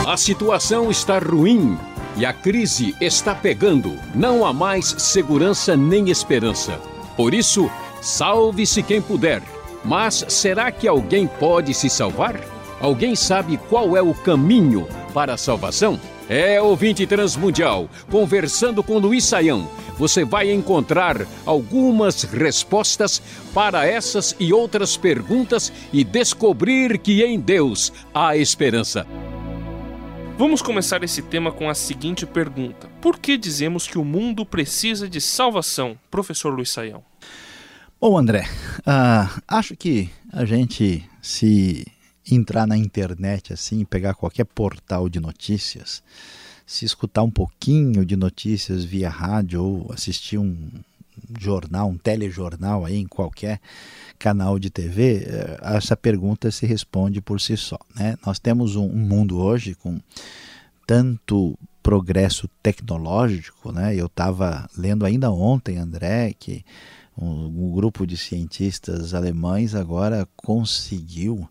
A situação está ruim e a crise está pegando. Não há mais segurança nem esperança. Por isso, salve-se quem puder. Mas será que alguém pode se salvar? Alguém sabe qual é o caminho para a salvação? Ouvinte Transmundial, conversando com Luiz Saião, você vai encontrar algumas respostas para essas e outras perguntas e descobrir que em Deus há esperança. Vamos começar esse tema com a seguinte pergunta: por que dizemos que o mundo precisa de salvação, professor Luiz Saião? Bom, André, acho que a gente, se entrar na internet assim, pegar qualquer portal de notícias, se escutar um pouquinho de notícias via rádio ou assistir um jornal, um telejornal aí em qualquer canal de TV, essa pergunta se responde por si só, né? Nós temos um mundo hoje com tanto progresso tecnológico, né? Eu estava lendo ainda ontem, André, que um grupo de cientistas alemães agora conseguiu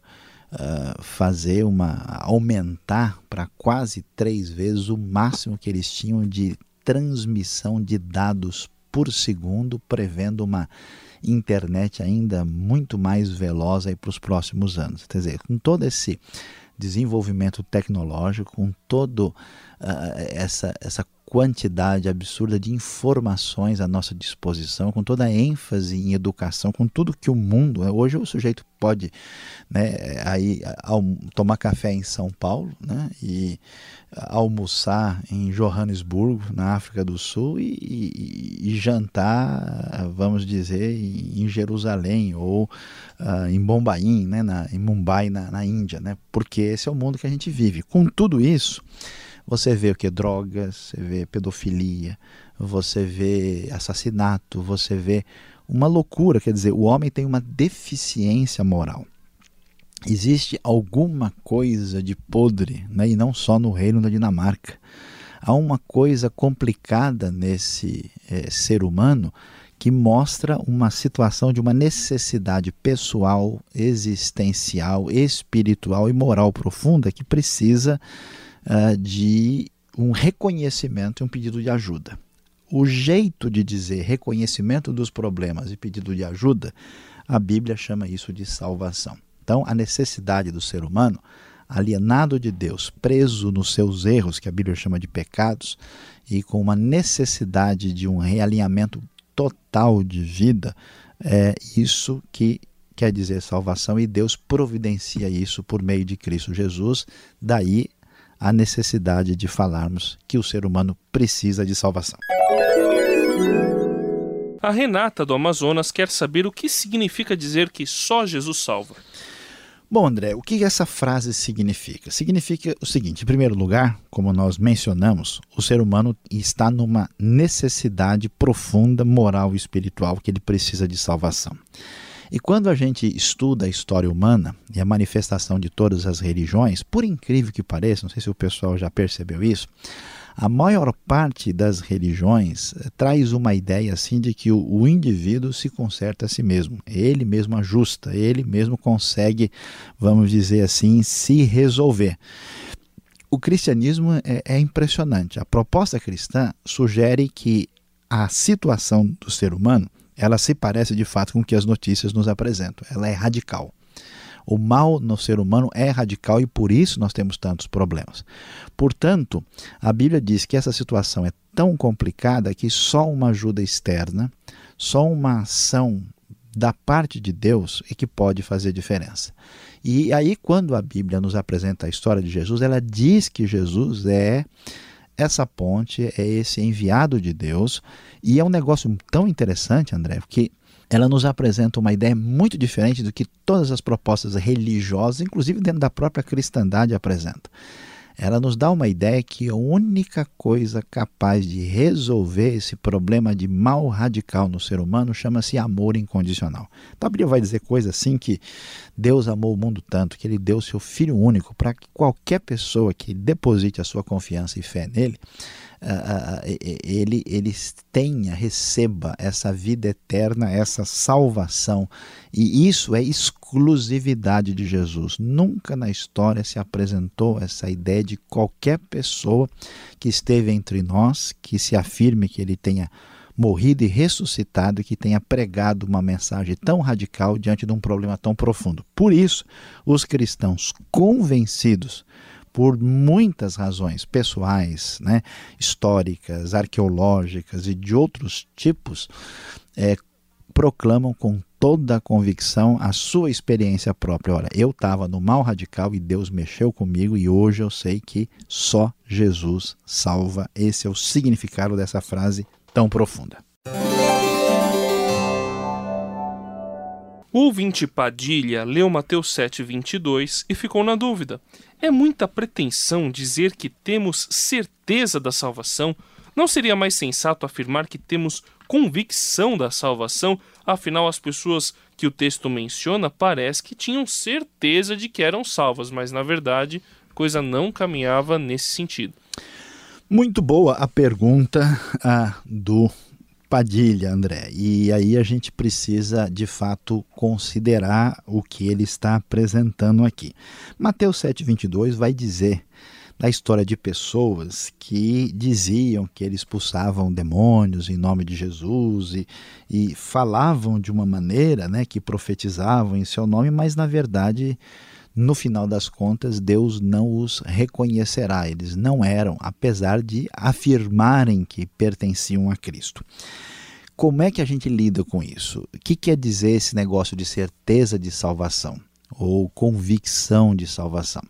aumentar para quase 3 vezes o máximo que eles tinham de transmissão de dados por segundo, prevendo uma internet ainda muito mais veloz para os próximos anos. Quer dizer, com todo esse desenvolvimento tecnológico, com toda essa quantidade absurda de informações à nossa disposição, com toda a ênfase em educação, com tudo que o mundo... Hoje o sujeito pode, né, tomar café em São Paulo, né, e almoçar em Johannesburgo, na África do Sul, e jantar, vamos dizer, em Jerusalém ou em Bombaim, né, em Mumbai, na Índia, né, porque esse é o mundo que a gente vive. Com tudo isso, você vê o que? Drogas, você vê pedofilia, você vê assassinato, você vê uma loucura. Quer dizer, o homem tem uma deficiência moral. Existe alguma coisa de podre, né? E não só no reino da Dinamarca. Há uma coisa complicada nesse ser humano que mostra uma situação de uma necessidade pessoal, existencial, espiritual e moral profunda que precisa de um reconhecimento e um pedido de ajuda. O jeito de dizer reconhecimento dos problemas e pedido de ajuda, a Bíblia chama isso de salvação. Então, a necessidade do ser humano, alienado de Deus, preso nos seus erros, que a Bíblia chama de pecados, e com uma necessidade de um realinhamento total de vida, é isso que quer dizer salvação, e Deus providencia isso por meio de Cristo Jesus. Daí a necessidade de falarmos que o ser humano precisa de salvação. A Renata do Amazonas quer saber o que significa dizer que só Jesus salva. Bom, André, o que essa frase significa? Significa o seguinte: em primeiro lugar, como nós mencionamos, o ser humano está numa necessidade profunda, moral e espiritual, que ele precisa de salvação. E quando a gente estuda a história humana e a manifestação de todas as religiões, por incrível que pareça, não sei se o pessoal já percebeu isso, a maior parte das religiões traz uma ideia assim de que o indivíduo se conserta a si mesmo, ele mesmo ajusta, ele mesmo consegue, vamos dizer assim, se resolver. O cristianismo é impressionante. A proposta cristã sugere que a situação do ser humano, ela se parece de fato com o que as notícias nos apresentam. Ela é radical. O mal no ser humano é radical e por isso nós temos tantos problemas. Portanto, a Bíblia diz que essa situação é tão complicada que só uma ajuda externa, só uma ação da parte de Deus é que pode fazer diferença. E aí, quando a Bíblia nos apresenta a história de Jesus, ela diz que Jesus é essa ponte, é esse enviado de Deus, e é um negócio tão interessante, André, porque ela nos apresenta uma ideia muito diferente do que todas as propostas religiosas, inclusive dentro da própria cristandade, apresentam. Ela nos dá uma ideia que a única coisa capaz de resolver esse problema de mal radical no ser humano chama-se amor incondicional. Então a Bíblia vai dizer coisas assim que Deus amou o mundo tanto que ele deu seu Filho único para que qualquer pessoa que deposite a sua confiança e fé nele ele receba essa vida eterna, essa salvação. E isso é exclusividade de Jesus. Nunca na história se apresentou essa ideia de qualquer pessoa que esteve entre nós, que se afirme que ele tenha morrido e ressuscitado, que tenha pregado uma mensagem tão radical diante de um problema tão profundo. Por isso, os cristãos convencidos por muitas razões pessoais, históricas, arqueológicas e de outros tipos, proclamam com toda a convicção a sua experiência própria. Olha, eu estava no mal radical e Deus mexeu comigo e hoje eu sei que só Jesus salva. Esse é o significado dessa frase tão profunda. O ouvinte Padilha leu Mateus 7,22 e ficou na dúvida. É muita pretensão dizer que temos certeza da salvação? Não seria mais sensato afirmar que temos convicção da salvação? Afinal, as pessoas que o texto menciona parece que tinham certeza de que eram salvas, mas na verdade a coisa não caminhava nesse sentido. Muito boa a pergunta do Padilha, André. E aí a gente precisa, de fato, considerar o que ele está apresentando aqui. Mateus 7,22 vai dizer da história de pessoas que diziam que eles expulsavam demônios em nome de Jesus e falavam de uma maneira, que profetizavam em seu nome, mas na verdade, no final das contas, Deus não os reconhecerá. Eles não eram, apesar de afirmarem que pertenciam a Cristo. Como é que a gente lida com isso? O que quer dizer esse negócio de certeza de salvação ou convicção de salvação?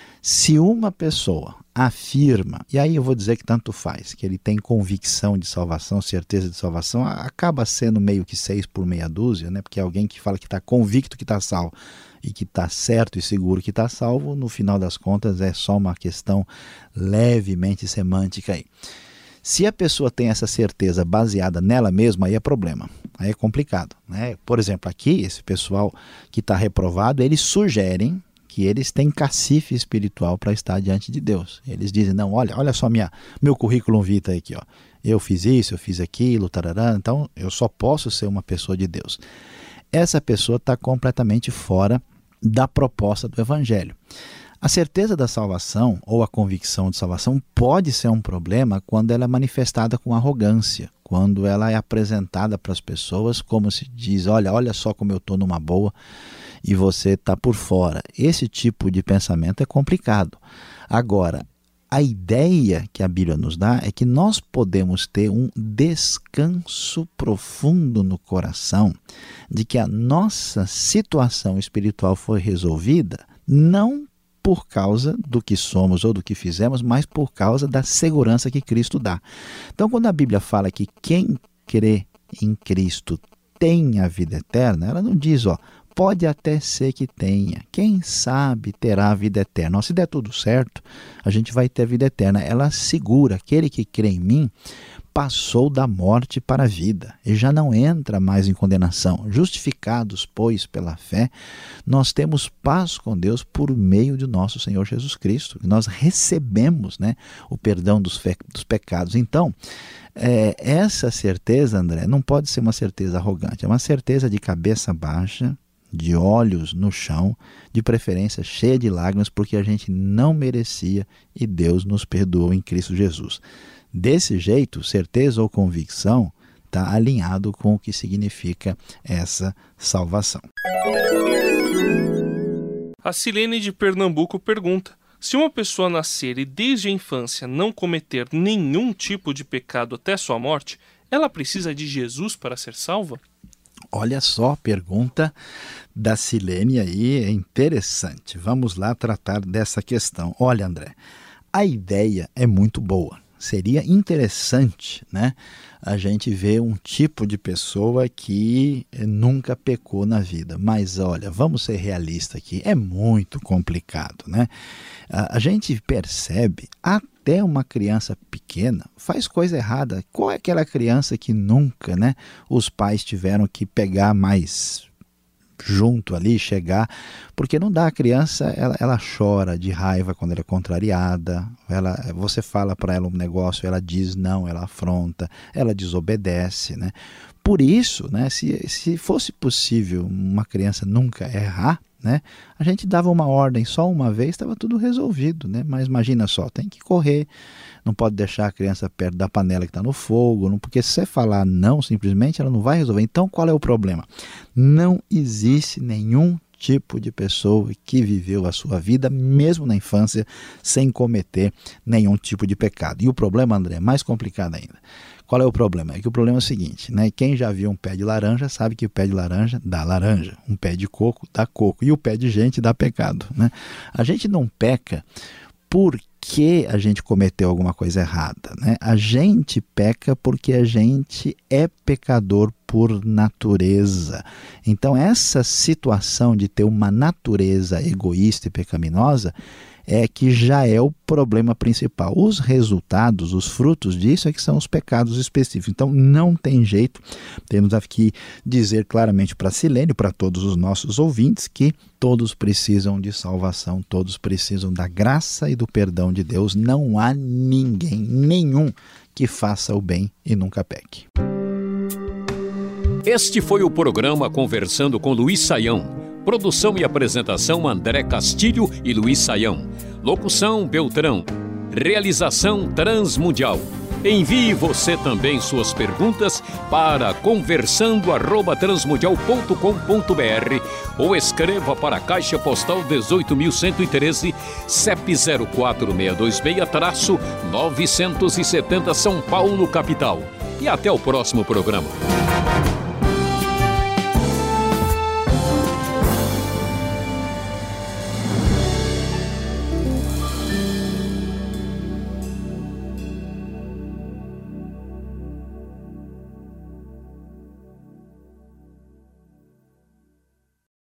Se uma pessoa afirma, e aí eu vou dizer que tanto faz, que ele tem convicção de salvação, certeza de salvação, acaba sendo meio que 6 por meia dúzia, porque alguém que fala que está convicto que está salvo e que está certo e seguro que está salvo, no final das contas é só uma questão levemente semântica aí. Se a pessoa tem essa certeza baseada nela mesma, aí é problema, aí é complicado, Por exemplo, aqui, esse pessoal que está reprovado, eles sugerem que eles têm cacife espiritual para estar diante de Deus. Eles dizem, não, olha só meu currículo vitae aqui, ó. Eu fiz isso, eu fiz aquilo, tarará, então eu só posso ser uma pessoa de Deus. Essa pessoa está completamente fora da proposta do Evangelho. A certeza da salvação ou a convicção de salvação pode ser um problema quando ela é manifestada com arrogância, quando ela é apresentada para as pessoas como se diz, olha só como eu estou numa boa, e você está por fora. Esse tipo de pensamento é complicado. Agora, a ideia que a Bíblia nos dá é que nós podemos ter um descanso profundo no coração de que a nossa situação espiritual foi resolvida, não por causa do que somos ou do que fizemos, mas por causa da segurança que Cristo dá. Então, quando a Bíblia fala que quem crê em Cristo tem a vida eterna, ela não diz, pode até ser que tenha. Quem sabe terá a vida eterna. Se der tudo certo, a gente vai ter a vida eterna. Ela assegura, aquele que crê em mim passou da morte para a vida e já não entra mais em condenação. Justificados, pois, pela fé, nós temos paz com Deus por meio de nosso Senhor Jesus Cristo. Nós recebemos, o perdão dos pecados. Então, essa certeza, André, não pode ser uma certeza arrogante. É uma certeza de cabeça baixa, de olhos no chão, de preferência cheia de lágrimas, porque a gente não merecia e Deus nos perdoou em Cristo Jesus. Desse jeito, certeza ou convicção está alinhado com o que significa essa salvação. A Silene de Pernambuco pergunta: se uma pessoa nascer e desde a infância não cometer nenhum tipo de pecado até sua morte, ela precisa de Jesus para ser salva? Olha só, a pergunta da Silene aí é interessante. Vamos lá tratar dessa questão. Olha, André, a ideia é muito boa. Seria interessante, a gente ver um tipo de pessoa que nunca pecou na vida. Mas olha, vamos ser realistas aqui, é muito complicado, A gente percebe até uma criança pequena faz coisa errada. Qual é aquela criança que nunca, os pais tiveram que pegar mais junto ali, chegar, porque não dá. A criança, ela chora de raiva quando ela é contrariada, você fala para ela um negócio, ela diz não, ela afronta, ela desobedece, né? Por isso, né, se fosse possível uma criança nunca errar, né, a gente dava uma ordem só uma vez, estava tudo resolvido, né? Mas imagina só, tem que correr, não pode deixar a criança perto da panela que está no fogo, porque se você falar não, simplesmente ela não vai resolver. Então qual é o problema? Não existe nenhum tipo de pessoa que viveu a sua vida, mesmo na infância, sem cometer nenhum tipo de pecado. E o problema, André, é mais complicado ainda. Qual é o problema? É que o problema é o seguinte, né? Quem já viu um pé de laranja sabe que o pé de laranja dá laranja, um pé de coco dá coco e o pé de gente dá pecado, né? A gente não peca porque a gente cometeu alguma coisa errada, né? A gente peca porque a gente é pecador por natureza. Então essa situação de ter uma natureza egoísta e pecaminosa é que já é o problema principal. Os resultados, os frutos disso é que são os pecados específicos. Então não tem jeito, temos que dizer claramente para Silene, para todos os nossos ouvintes, que todos precisam de salvação, todos precisam da graça e do perdão de Deus. Não há ninguém, nenhum, que faça o bem e nunca peque. Este foi o programa Conversando com Luiz Saião. Produção e apresentação André Castilho e Luiz Saião. Locução Beltrão. Realização Transmundial. Envie você também suas perguntas para conversando@transmundial.com.br ou escreva para a Caixa Postal 18.113, CEP 04626-970 São Paulo, capital. E até o próximo programa.